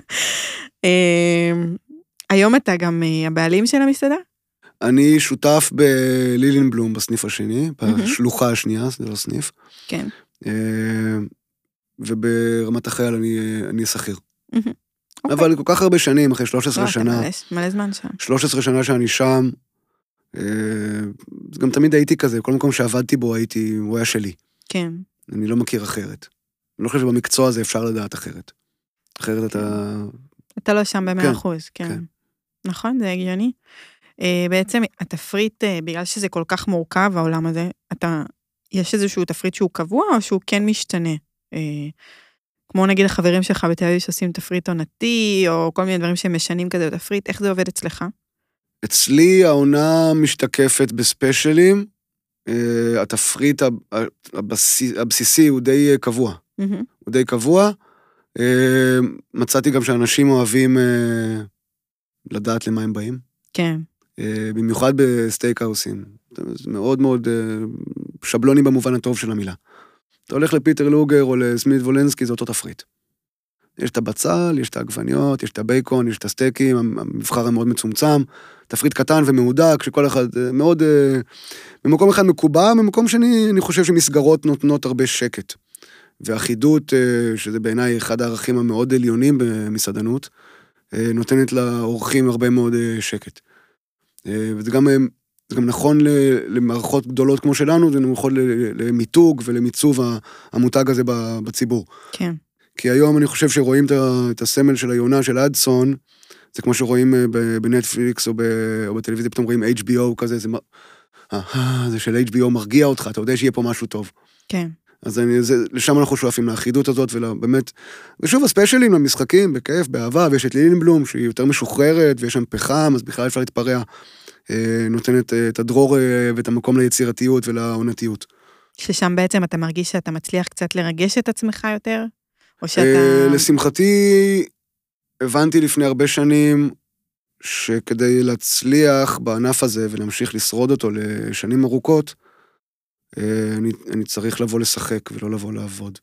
היום אתה גם הבעלים של המסעדה? אני שותף בלילינבלום בסניף השני, בשלוחה השנייה, זה לא סניף. כן. וברמת החייל אני שכיר. אבל כל כך הרבה שנים, אחרי שלוש עשרה שנה. מלא זמן שם. שלוש עשרה שנה שאני שם, גם תמיד הייתי כזה, כל מקום שעבדתי בו הייתי, הוא היה שלי. כן. אני לא מכיר אחרת. אני לא חושב שבמקצוע הזה אפשר לדעת אחרת. אחרת אתה... אתה לא שם במאה אחוז, כן. נכון, זה הגיוני. בעצם התפריט, בגלל שזה כל כך מורכב, העולם הזה, אתה, יש איזשהו תפריט שהוא קבוע, או שהוא כן משתנה? כמו נגיד החברים שלך בתל אביב שעושים תפריט עונתי, או כל מיני דברים שהם משנים כזה בתפריט, איך זה עובד אצלך? אצלי העונה משתקפת בספיישלים, התפריט הבסיסי הוא די קבוע. הוא די קבוע. מצאתי גם שאנשים אוהבים לדעת למה הם באים. כן. במיוחד בסטייקהאוסים. זה מאוד מאוד שבלוני במובן הטוב של המילה. אתה הולך לפיטר לוגר או לסמית וולנסקי, זה אותו תפריט. יש את הבצל, יש את העגבניות, יש את הבייקון, יש את הסטייקים, המבחר המאוד מצומצם, תפריט קטן ומהודק, שכל אחד מאוד, במקום אחד מקובע, במקום שני, אני חושב שמסגרות נותנות הרבה שקט. והאחידות, שזה בעיניי אחד הערכים המאוד עליונים במסעדנות, נותנת לאורחים הרבה מאוד שקט. וזה גם, זה גם נכון למערכות גדולות כמו שלנו, זה נכון למיתוג ולמיצוב המותג הזה בציבור. כן. כי היום אני חושב שרואים את הסמל של היונה של אדסון, זה כמו שרואים בנטפליקס או בטלוויזיה, פתאום רואים אייץ' בי או כזה, זה של אייץ' בי או מרגיע אותך, אתה יודע שיהיה פה משהו טוב. כן. אז אני, זה, לשם אנחנו שואפים לאחידות הזאת, ובאמת, ושוב, הספיישלים למשחקים, בכיף, באהבה, ויש את לילינבלום, שהיא יותר משוחררת, ויש שם פחם, אז בכלל אפשר להתפרע, נותנת את הדרור ואת המקום ליצירתיות ולעונתיות. ששם בעצם אתה מרגיש שאתה מצליח קצת לרגש את עצמך יותר? או שאתה... לשמחתי, הבנתי לפני הרבה שנים, שכדי להצליח בענף הזה, ולהמשיך לשרוד אותו לשנים ארוכות, אני, אני צריך לבוא לשחק ולא לבוא לעבוד.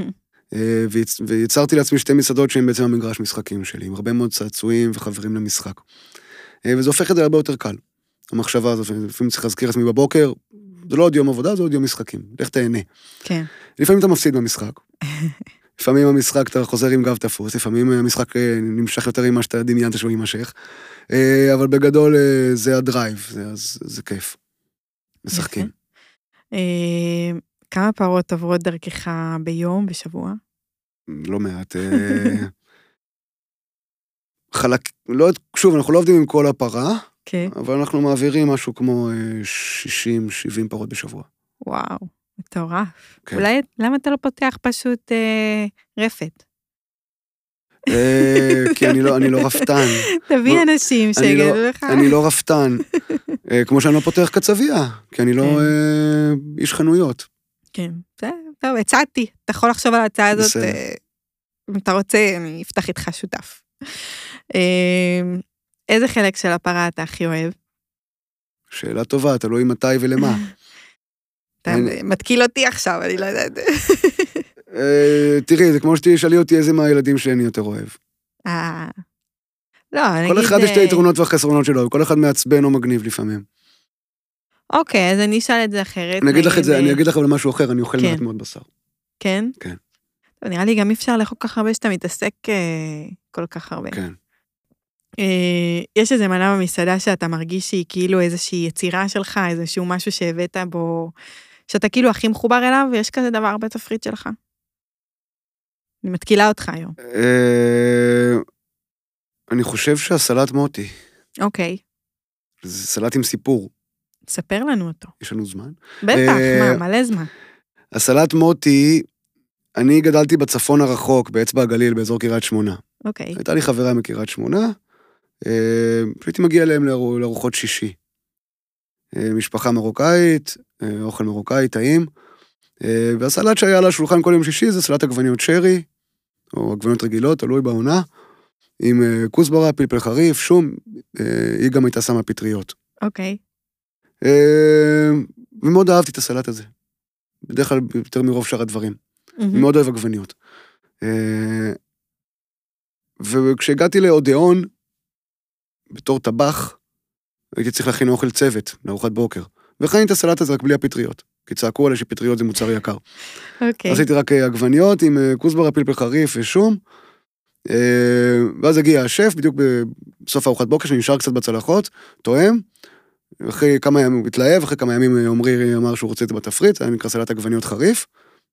ויצרתי לעצמי שתי מסעדות שהן בעצם המגרש משחקים שלי, עם הרבה מאוד צעצועים וחברים למשחק. וזה הופך את זה הרבה יותר קל. המחשבה הזאת, לפעמים צריך להזכיר עצמי בבוקר, זה לא עוד יום עבודה, זה עוד יום משחקים. לך תהנה. כן. לפעמים אתה מפסיד במשחק. לפעמים המשחק אתה חוזר עם גב תפוס, לפעמים המשחק נמשך יותר ממה שאתה דמיינת שהוא יימשך. אבל בגדול זה הדרייב, זה, זה, זה כיף. משחקים. כמה פרות עוברות דרכך ביום, בשבוע? לא מעט. חלק, לא, שוב, אנחנו לא עובדים עם כל הפרה, כן. אבל אנחנו מעבירים משהו כמו שישים שבעים פרות בשבוע. וואו, מטורף. כן. אולי, למה אתה לא פותח פשוט אה, רפת? אה, כי אני לא, אני לא רפתן. תביא אנשים אני לא- שיגדו לך. אני לא רפתן. אה, כמו שאני לא פותח קצבייה, כי אני לא כן. אה, איש חנויות. כן, בסדר, טוב, הצעתי. אתה יכול לחשוב על ההצעה הזאת, בסדר. אה, אם אתה רוצה, אני אפתח איתך שותף. אה, איזה חלק של הפרה אתה הכי אוהב? שאלה טובה, תלוי מתי ולמה. אתה אין- מתקיל אותי עכשיו, אני לא יודעת. אה, תראי, זה כמו שתשאלי אותי איזה מהילדים שאני יותר אוהב. אה, לא, נגיד... כל אחד יש את אה, היתרונות והחסרונות שלו, כל אחד מעצבן או מגניב לפעמים. אוקיי, אז אני אשאל את זה אחרת. אני אגיד לך את זה, נגיד, אני אגיד לך על משהו אחר, אני אוכל כן. מעט מאוד בשר. כן? כן. טוב, נראה לי גם אי אפשר לאכול כל כך הרבה שאתה מתעסק אה, כל כך הרבה. כן. אה, יש איזה מנה במסעדה שאתה מרגיש שהיא כאילו איזושהי יצירה שלך, איזשהו משהו שהבאת בו, שאתה כאילו הכי מחובר אליו, ויש כזה דבר בתפריט שלך. אני מתקילה אותך היום. אה, אני חושב שהסלט מוטי, אוקיי, זה סלט עם סיפור, ספר לנו אותו. יש לנו זמן. בטח, אה, מה, מלא זמן. הסלט מוטי, אני גדלתי בצפון הרחוק, באצבע הגליל, באזור קריית שמונה. אוקיי, הייתה לי חברה מקריית שמונה, אה, הייתי מגיע אליהם לארו- לארוחות שישי. אה, משפחה מרוקאית, אה, אוכל מרוקאי, טעים, אה, והסלט שהיה על השולחן כל יום שישי זה סלט עגבניות שרי, או עגבניות רגילות, תלוי בעונה, עם אה, כוסברה, פלפל חריף, שום, אה, היא גם הייתה שמה פטריות. אוקיי. אה, ומאוד אהבתי את הסלט הזה, בדרך כלל יותר מרוב שאר הדברים. אני מאוד אוהב עגבניות. אה, וכשהגעתי לאודיאון, בתור טבח, הייתי צריך להכין אוכל צוות, לארוחת בוקר. והכנתי את הסלט הזה רק בלי הפטריות, כי צעקו עלי שפטריות זה מוצר יקר. אוקיי. עשיתי רק אה, עגבניות עם אה, כוסברה, פלפל חריף ושום. אה, ואז הגיע השף, בדיוק בסוף ארוחת בוקר, שנשאר קצת בצלחות, תואם. אחרי כמה ימים הוא התלהב, אחרי כמה ימים עומרי אמר שהוא רוצה את זה בתפריט, זה היה נקרא סלט עגבניות חריף.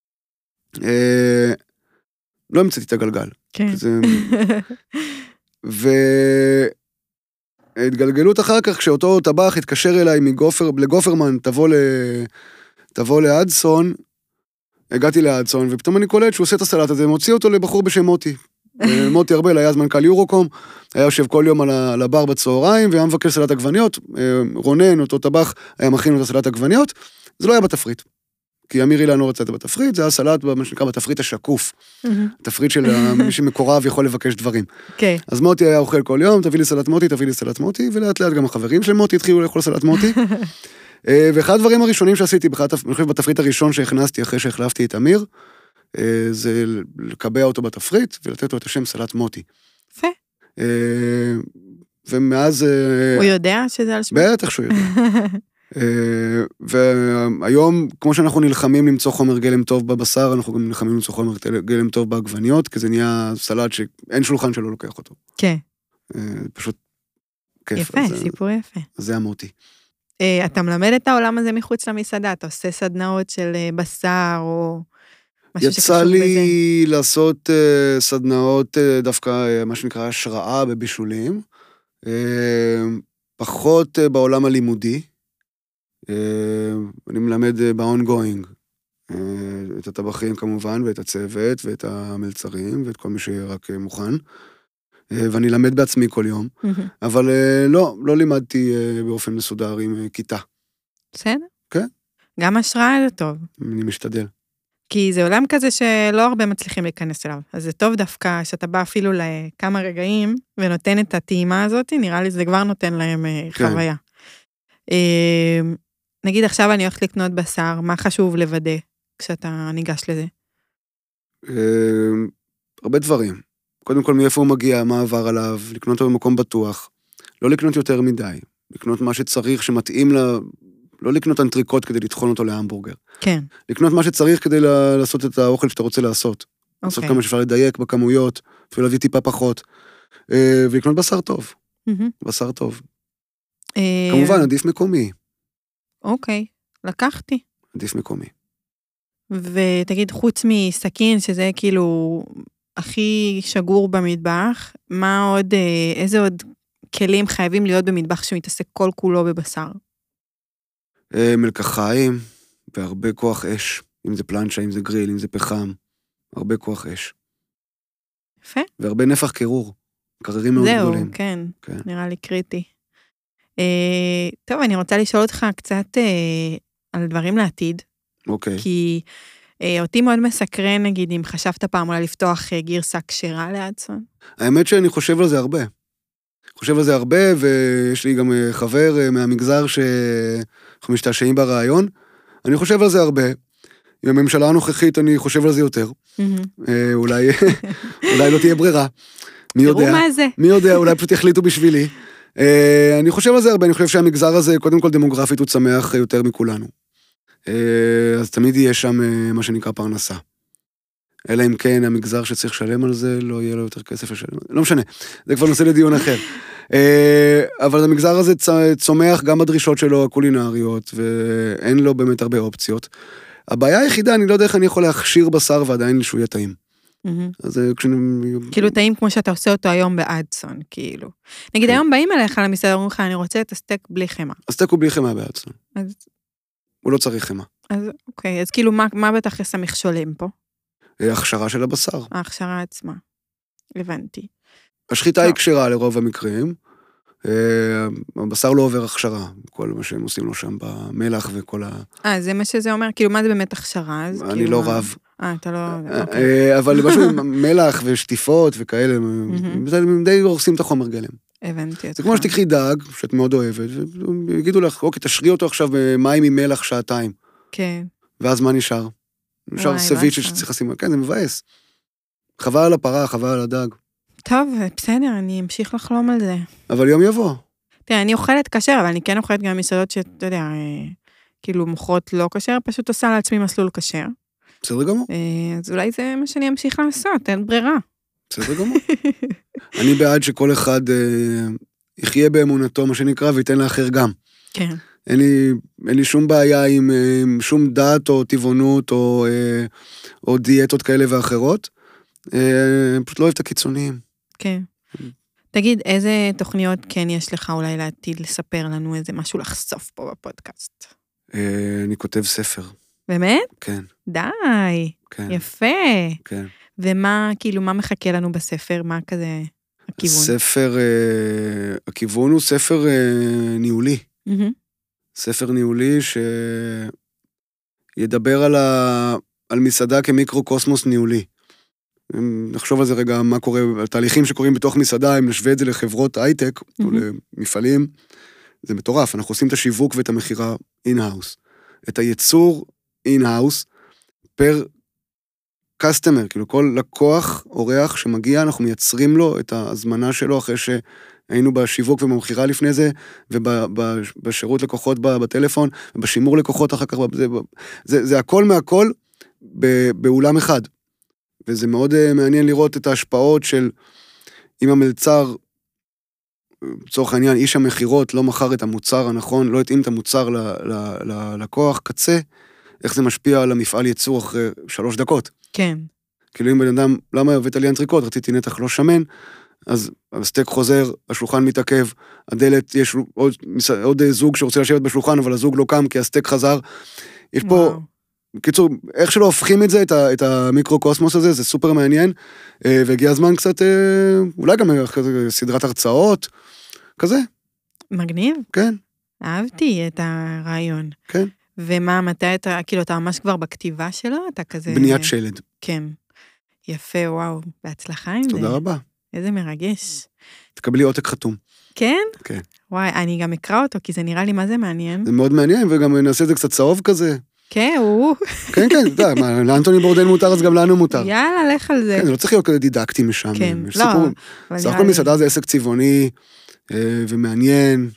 אה, לא המצאתי את הגלגל. כן. זה... והתגלגלות אחר כך, כשאותו טבח התקשר אליי מגופר, לגופרמן, תבוא, ל... תבוא לאדסון, הגעתי לאדסון, ופתאום אני קולט שהוא עושה את הסלט הזה, מוציא אותו לבחור בשם מוטי. מוטי ארבל היה אז מנכ"ל יורוקום, היה יושב כל יום על הבר בצהריים, והיה מבקש סלט עגבניות, רונן, אותו טבח, היה מכין לו את הסלט עגבניות, זה לא היה בתפריט. כי אמיר אילן לא רצה את זה בתפריט, זה היה סלט, מה שנקרא, בתפריט השקוף. התפריט של מי שמקורב יכול לבקש דברים. כן. אז מוטי היה אוכל כל יום, תביא לי סלט מוטי, תביא לי סלט מוטי, ולאט לאט גם החברים של מוטי התחילו לאכול סלט מוטי. ואחד הדברים הראשונים שעשיתי, אני חושב בתפריט הראשון שהכנסתי אחרי שהחלפתי את אמיר, זה לקבע אותו בתפריט ולתת לו את השם סלט מוטי. יפה. ומאז... הוא יודע שזה על שמו? בטח שהוא יודע. והיום, כמו שאנחנו נלחמים למצוא חומר גלם טוב בבשר, אנחנו גם נלחמים למצוא חומר גלם טוב בעגבניות, כי זה נהיה סלט שאין שולחן שלא לוקח אותו. כן. פשוט כיף. יפה, סיפור יפה. זה המוטי. אתה מלמד את העולם הזה מחוץ למסעדה, אתה עושה סדנאות של בשר או משהו שקשור בזה? יצא לי לעשות סדנאות דווקא, מה שנקרא, השראה בבישולים, פחות בעולם הלימודי, אני מלמד ב-ongoing, את הטבחים כמובן, ואת הצוות, ואת המלצרים, ואת כל מי שרק מוכן, ואני למד בעצמי כל יום, אבל לא, לא לימדתי באופן מסודר עם כיתה. בסדר? כן. גם השראה זה טוב. אני משתדל. כי זה עולם כזה שלא הרבה מצליחים להיכנס אליו, אז זה טוב דווקא שאתה בא אפילו לכמה רגעים, ונותן את הטעימה הזאת, נראה לי זה כבר נותן להם חוויה. נגיד עכשיו אני הולכת לקנות בשר, מה חשוב לוודא כשאתה ניגש לזה? הרבה דברים. קודם כל מאיפה הוא מגיע, מה עבר עליו, לקנות אותו במקום בטוח, לא לקנות יותר מדי, לקנות מה שצריך שמתאים לה, לא לקנות אנטריקוט כדי לטחון אותו להמבורגר. כן. לקנות מה שצריך כדי לעשות את האוכל שאתה רוצה לעשות. Okay. לעשות כמה שאפשר לדייק בכמויות, אפילו להביא טיפה פחות, ולקנות בשר טוב. Mm-hmm. בשר טוב. כמובן, עדיף מקומי. אוקיי, okay. לקחתי. עדיף מקומי. ותגיד, חוץ מסכין, שזה כאילו הכי שגור במטבח, מה עוד, איזה עוד כלים חייבים להיות במטבח שמתעסק כל כולו בבשר? מלקחיים והרבה כוח אש, אם זה פלנצ'ה, אם זה גריל, אם זה פחם, הרבה כוח אש. יפה. והרבה נפח קירור, קררים מאוד זהו, גדולים. כן, כן. נראה לי קריטי. אה, טוב, אני רוצה לשאול אותך קצת אה, על דברים לעתיד, אוקיי. כי אה, אותי מאוד מסקרן, נגיד, אם חשבת פעם אולי לפתוח אה, גרסה כשרה לאדסון. האמת שאני חושב על זה הרבה. חושב על זה הרבה, ויש לי גם חבר מהמגזר שאנחנו משתעשעים ברעיון. אני חושב על זה הרבה. עם הממשלה הנוכחית אני חושב על זה יותר. אולי, אולי לא תהיה ברירה. מי יודע? תראו מה זה. מי יודע, אולי פשוט יחליטו בשבילי. אני חושב על זה הרבה, אני חושב שהמגזר הזה, קודם כל דמוגרפית, הוא צמח יותר מכולנו. אז תמיד יהיה שם מה שנקרא פרנסה. אלא אם כן, המגזר שצריך לשלם על זה, לא יהיה לו יותר כסף לשלם. לא משנה, זה כבר נושא לדיון אחר. אבל המגזר הזה צומח גם בדרישות שלו הקולינריות, ואין לו באמת הרבה אופציות. הבעיה היחידה, אני לא יודע איך אני יכול להכשיר בשר ועדיין שהוא יהיה טעים. אז כשאני... כאילו טעים כמו שאתה עושה אותו היום באדסון, כאילו. נגיד היום באים אליך למסעדה, אומרים לך, אני רוצה את הסטייק בלי חמה. הסטייק הוא בלי חמה באדסון. הוא לא צריך חמה. אז אוקיי, אז כאילו מה בתכלס המכשולים פה? הכשרה של הבשר. ההכשרה עצמה. הבנתי. השחיטה היא כשרה לרוב המקרים. הבשר לא עובר הכשרה, כל מה שהם עושים לו שם במלח וכל ה... אה, זה מה שזה אומר? כאילו, מה זה באמת הכשרה? אני לא רב. אה, אתה לא... אבל משהו עם מלח ושטיפות וכאלה, הם די הורסים את החומר גלם. הבנתי. זה כמו שתקחי דג, שאת מאוד אוהבת, ויגידו לך, אוקיי, תשרי אותו עכשיו במים עם מלח שעתיים. כן. ואז מה נשאר? נשאר סביצ'ה שצריך לשים, כן, זה מבאס. חבל על הפרה, חבל על הדג. טוב, בסדר, אני אמשיך לחלום על זה. אבל יום יבוא. תראה, אני אוכלת כשר, אבל אני כן אוכלת גם מסעדות שאתה יודע, כאילו מוכרות לא כשר, פשוט עושה לעצמי מסלול כשר. בסדר גמור. אז אולי זה מה שאני אמשיך לעשות, אין ברירה. בסדר גמור. אני בעד שכל אחד יחיה באמונתו, מה שנקרא, וייתן לאחר גם. כן. אין לי, אין לי שום בעיה עם, עם שום דת או טבעונות או, או דיאטות כאלה ואחרות. פשוט לא אוהב את הקיצוניים. כן. תגיד, איזה תוכניות כן יש לך אולי לעתיד לספר לנו איזה משהו לחשוף פה בפודקאסט? אני כותב ספר. באמת? כן. די. כן. יפה. כן. ומה, כאילו, מה מחכה לנו בספר? מה כזה הכיוון? ספר, הכיוון הוא ספר ניהולי. ספר ניהולי שידבר על, ה... על מסעדה כמיקרו-קוסמוס ניהולי. נחשוב על זה רגע, מה קורה, התהליכים שקורים בתוך מסעדה, אם נשווה את זה לחברות הייטק, mm-hmm. או למפעלים, זה מטורף, אנחנו עושים את השיווק ואת המחירה אין-האוס. את הייצור אין-האוס, פר קסטמר, כאילו כל לקוח, אורח שמגיע, אנחנו מייצרים לו את ההזמנה שלו, אחרי שהיינו בשיווק ובמחירה לפני זה, ובשירות לקוחות בטלפון, ובשימור לקוחות אחר כך, זה, זה, זה הכל מהכל באולם אחד. וזה מאוד מעניין לראות את ההשפעות של, אם המלצר, בצורך העניין, איש המחירות לא מכר את המוצר הנכון, לא התאים את המוצר ללקוח קצה, איך זה משפיע על המפעל ייצור אחרי שלוש דקות. כן. כאילו אם בן אדם, למה הבאת לי אנטריקוט, רציתי נתח לא שמן, אז הסטייק חוזר, השולחן מתעכב, הדלת, יש עוד, עוד זוג שרוצה לשבת בשולחן, אבל הזוג לא קם כי הסטייק חזר. יש פה... וואו. בקיצור, איך שלא הופכים את זה, את, ה, את המיקרו-קוסמוס הזה, זה סופר מעניין, והגיע הזמן קצת, אולי גם סדרת הרצאות, כזה. מגניב. כן. אהבתי את הרעיון. כן. ומה, מתי אתה, כאילו, אתה ממש כבר בכתיבה שלו? אתה כזה... בניית שלד. כן. יפה, וואו, בהצלחה עם זה. תודה רבה. איזה מרגש. תקבלי עותק חתום. כן? כן. וואי, אני גם אקרא אותו, כי זה נראה לי מה זה מעניין. זה מאוד מעניין, וגם נעשה את זה קצת צהוב כזה. כן, הוא. כן, כן, אתה יודע, מה, לאנטוני בורדן מותר, אז גם לנו מותר. יאללה, לך על זה. כן, זה לא צריך להיות כזה דידקטי משם. כן, לא. סך הכל מסעדה זה עסק צבעוני, ומעניין,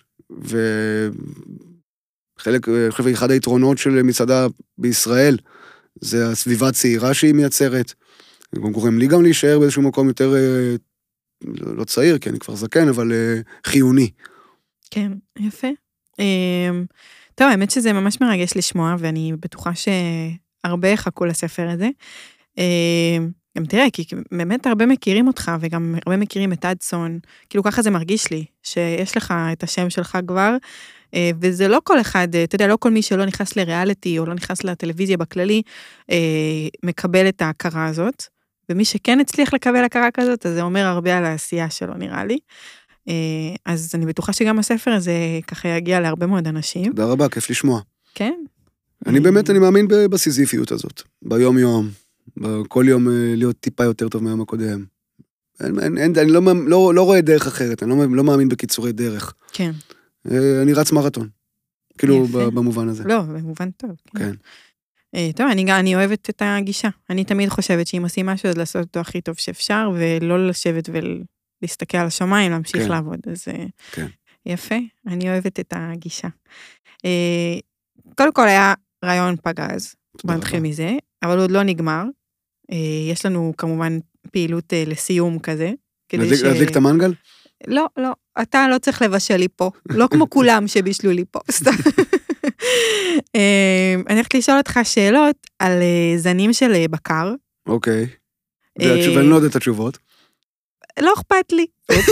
וחלק, חלק, אחד היתרונות של מסעדה בישראל, זה הסביבה הצעירה שהיא מייצרת. גם גורם לי גם להישאר באיזשהו מקום יותר, לא צעיר, כי אני כבר זקן, אבל חיוני. כן, יפה. טוב, האמת שזה ממש מרגש לשמוע, ואני בטוחה שהרבה יחכו לספר הזה. גם תראה, כי באמת הרבה מכירים אותך, וגם הרבה מכירים את אדסון, כאילו ככה זה מרגיש לי, שיש לך את השם שלך כבר, וזה לא כל אחד, אתה יודע, לא כל מי שלא נכנס לריאליטי, או לא נכנס לטלוויזיה בכללי, מקבל את ההכרה הזאת, ומי שכן הצליח לקבל הכרה כזאת, אז זה אומר הרבה על העשייה שלו, נראה לי. אז אני בטוחה שגם הספר הזה ככה יגיע להרבה מאוד אנשים. תודה רבה, כיף לשמוע. כן. אני באמת, אני מאמין בסיזיפיות הזאת, ביום יום, כל יום להיות טיפה יותר טוב מהיום הקודם. אין, אין, אני לא, לא, לא רואה דרך אחרת, אני לא, לא מאמין בקיצורי דרך. כן. אני רץ מרתון, כאילו במובן הזה. לא, במובן טוב. כן. טוב, אני, אני אוהבת את הגישה. אני תמיד חושבת שאם עושים משהו, אז לעשות אותו הכי טוב שאפשר, ולא לשבת ולהסתכל על השמיים, להמשיך כן. לעבוד. אז כן. יפה, אני אוהבת את הגישה. קודם כל היה רעיון פגז, בוא נתחיל מזה, אבל עוד לא נגמר. יש לנו כמובן פעילות לסיום כזה. להדליק את המנגל? לא, לא, אתה לא צריך לבשל לי פה, לא כמו כולם שבישלו לי פה, סתם. אני הולכת לשאול אותך שאלות על זנים של בקר. אוקיי, ואני לא יודע את התשובות. לא אכפת לי.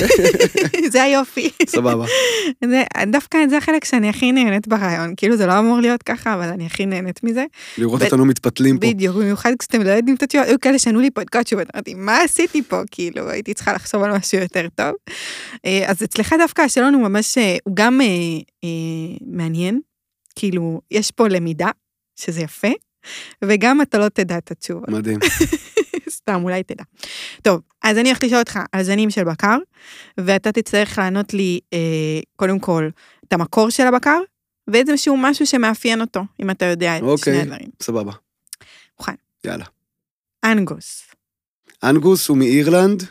זה היופי. סבבה. דווקא זה החלק שאני הכי נהנית ברעיון, כאילו זה לא אמור להיות ככה, אבל אני הכי נהנית מזה. לראות אותנו מתפתלים פה. בדיוק, במיוחד כשאתם לא יודעים את התשובות, היו כאלה שענו לי פה את כל התשובות, אמרתי, מה עשיתי פה? כאילו, הייתי צריכה לחשוב על משהו יותר טוב. אז אצלך דווקא השאלון הוא ממש, הוא גם מעניין, כאילו, יש פה למידה, שזה יפה, וגם אתה לא תדע את התשובות. מדהים. סתם, אולי תדע. טוב, אז אני הולכת לשאול אותך על זנים של בקר, ואתה תצטרך לענות לי, אה, קודם כל, את המקור של הבקר, ואיזשהו משהו שמאפיין אותו, אם אתה יודע את אוקיי, שני הדברים. סבבה. מוכן. יאללה. אנגוס. אנגוס הוא מאירלנד,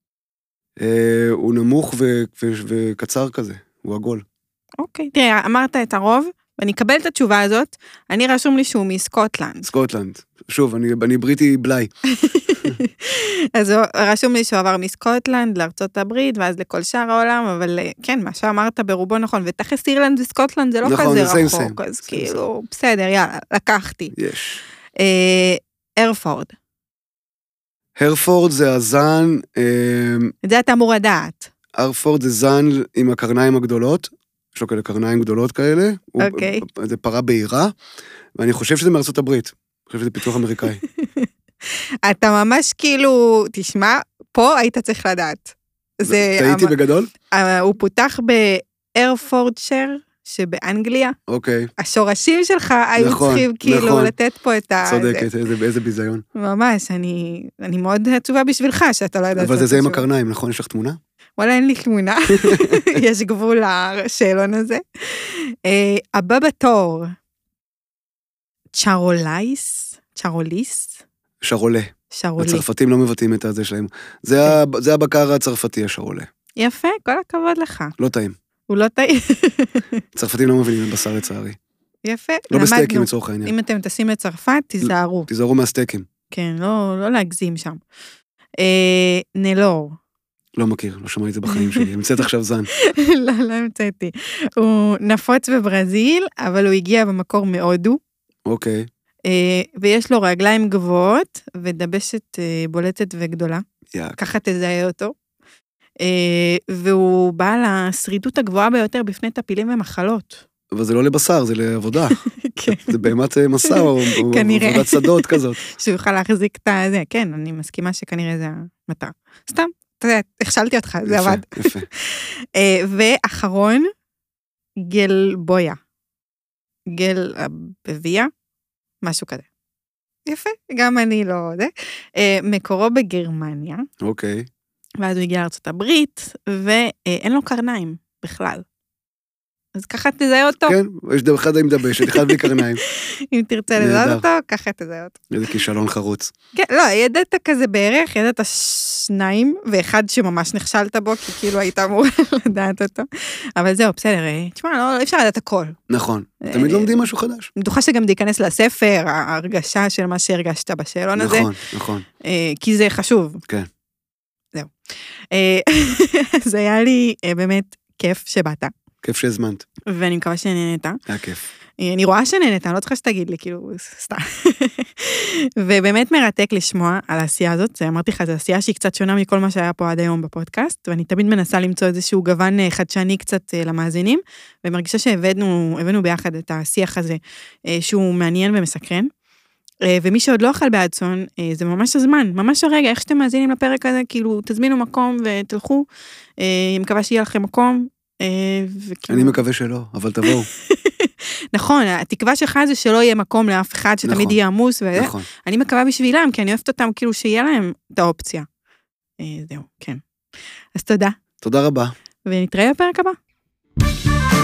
אה, הוא נמוך ו- ו- וקצר כזה, הוא עגול. אוקיי, תראה, אמרת את הרוב, ואני אקבל את התשובה הזאת, אני רשום לי שהוא מסקוטלנד. סקוטלנד. שוב, אני, אני בריטי בלי. אז רשום לי שהוא עבר מסקוטלנד לארצות הברית, ואז לכל שאר העולם, אבל כן, מה שאמרת ברובו נכון, ותכף אירלנד וסקוטלנד זה לא נכון, כזה זה רחוק, סיים, אז סיים. כאילו, בסדר, יאללה, לקחתי. יש. הרפורד. הרפורד זה הזן, אה, את זה אתה אמור לדעת. הרפורד זה זן עם הקרניים הגדולות, יש לו כאלה קרניים גדולות כאלה, אוקיי. הוא, זה פרה בהירה, ואני חושב שזה מארצות הברית, אני חושב שזה פיתוח אמריקאי. אתה ממש כאילו, תשמע, פה היית צריך לדעת. טעיתי בגדול? הוא פותח בארפורדשר, שבאנגליה. אוקיי. השורשים שלך היו צריכים כאילו לתת פה את ה... צודקת, איזה ביזיון. ממש, אני מאוד עצובה בשבילך, שאתה לא יודעת. אבל זה זה עם הקרניים, נכון? יש לך תמונה? וואלה, אין לי תמונה. יש גבול לשאלון הזה. הבא בתור, צ'רולייס, צ'רוליס. שרולה. שרולה. הצרפתים לא מבטאים את הזה שלהם. זה הבקר הצרפתי, השרולה. יפה, כל הכבוד לך. לא טעים. הוא לא טעים. צרפתים לא מבינים בבשר לצערי. יפה. לא בסטייקים לצורך העניין. אם אתם טסים לצרפת, תיזהרו. תיזהרו מהסטייקים. כן, לא להגזים שם. נלור. לא מכיר, לא שמעתי את זה בחיים שלי, המצאת עכשיו זן. לא, לא המצאתי. הוא נפוץ בברזיל, אבל הוא הגיע במקור מהודו. אוקיי. ויש לו רגליים גבוהות, ודבשת בולטת וגדולה. יאק. ככה תזהה אותו. והוא בעל השרידות הגבוהה ביותר בפני טפילים ומחלות. אבל זה לא לבשר, זה לעבודה. כן. זה באמת מסע או עבודת שדות כזאת. שהוא יוכל להחזיק את זה, כן, אני מסכימה שכנראה זה המטרה. סתם, אתה יודע, הכשלתי אותך, זה עבד. יפה. ואחרון, גל בויה. גל בביה, משהו כזה. יפה, גם אני לא יודע. מקורו בגרמניה. אוקיי. ואז הוא הגיע לארצות הברית, ואין לו קרניים בכלל. אז ככה תזהה אותו. כן, יש דבר אחד עם דבשת, אחד בלי קרניים. אם תרצה לזהות אותו, ככה תזהה אותו. איזה כישלון חרוץ. כן, לא, ידעת כזה בערך, ידעת שניים, ואחד שממש נכשלת בו, כי כאילו היית אמור לדעת אותו. אבל זהו, בסדר, תשמע, לא אפשר לדעת הכל. נכון, תמיד לומדים משהו חדש. אני בטוחה שגם תיכנס לספר, ההרגשה של מה שהרגשת בשאלון הזה. נכון, נכון. כי זה חשוב. כן. זהו. אז היה לי באמת כיף שבאת. כיף שהזמנת. ואני מקווה שנהנית. היה כיף. אני רואה שנהנית, אני לא צריכה שתגיד לי, כאילו, סתם. ובאמת מרתק לשמוע על העשייה הזאת, זה אמרתי לך, זו עשייה שהיא קצת שונה מכל מה שהיה פה עד היום בפודקאסט, ואני תמיד מנסה למצוא איזשהו גוון חדשני קצת למאזינים, ומרגישה שהבאנו, הבאנו ביחד את השיח הזה, שהוא מעניין ומסקרן. ומי שעוד לא אכל באדסון, זה ממש הזמן, ממש הרגע, איך שאתם מאזינים לפרק הזה, כאילו, תזמינו מקום ותלכו, אני מקווה שיהיה לכם מקום. אני מקווה שלא, אבל תבואו. נכון, התקווה שלך זה שלא יהיה מקום לאף אחד, שתמיד יהיה עמוס, ואני מקווה בשבילם, כי אני אוהבת אותם, כאילו שיהיה להם את האופציה. זהו, כן. אז תודה. תודה רבה. ונתראה בפרק הבא.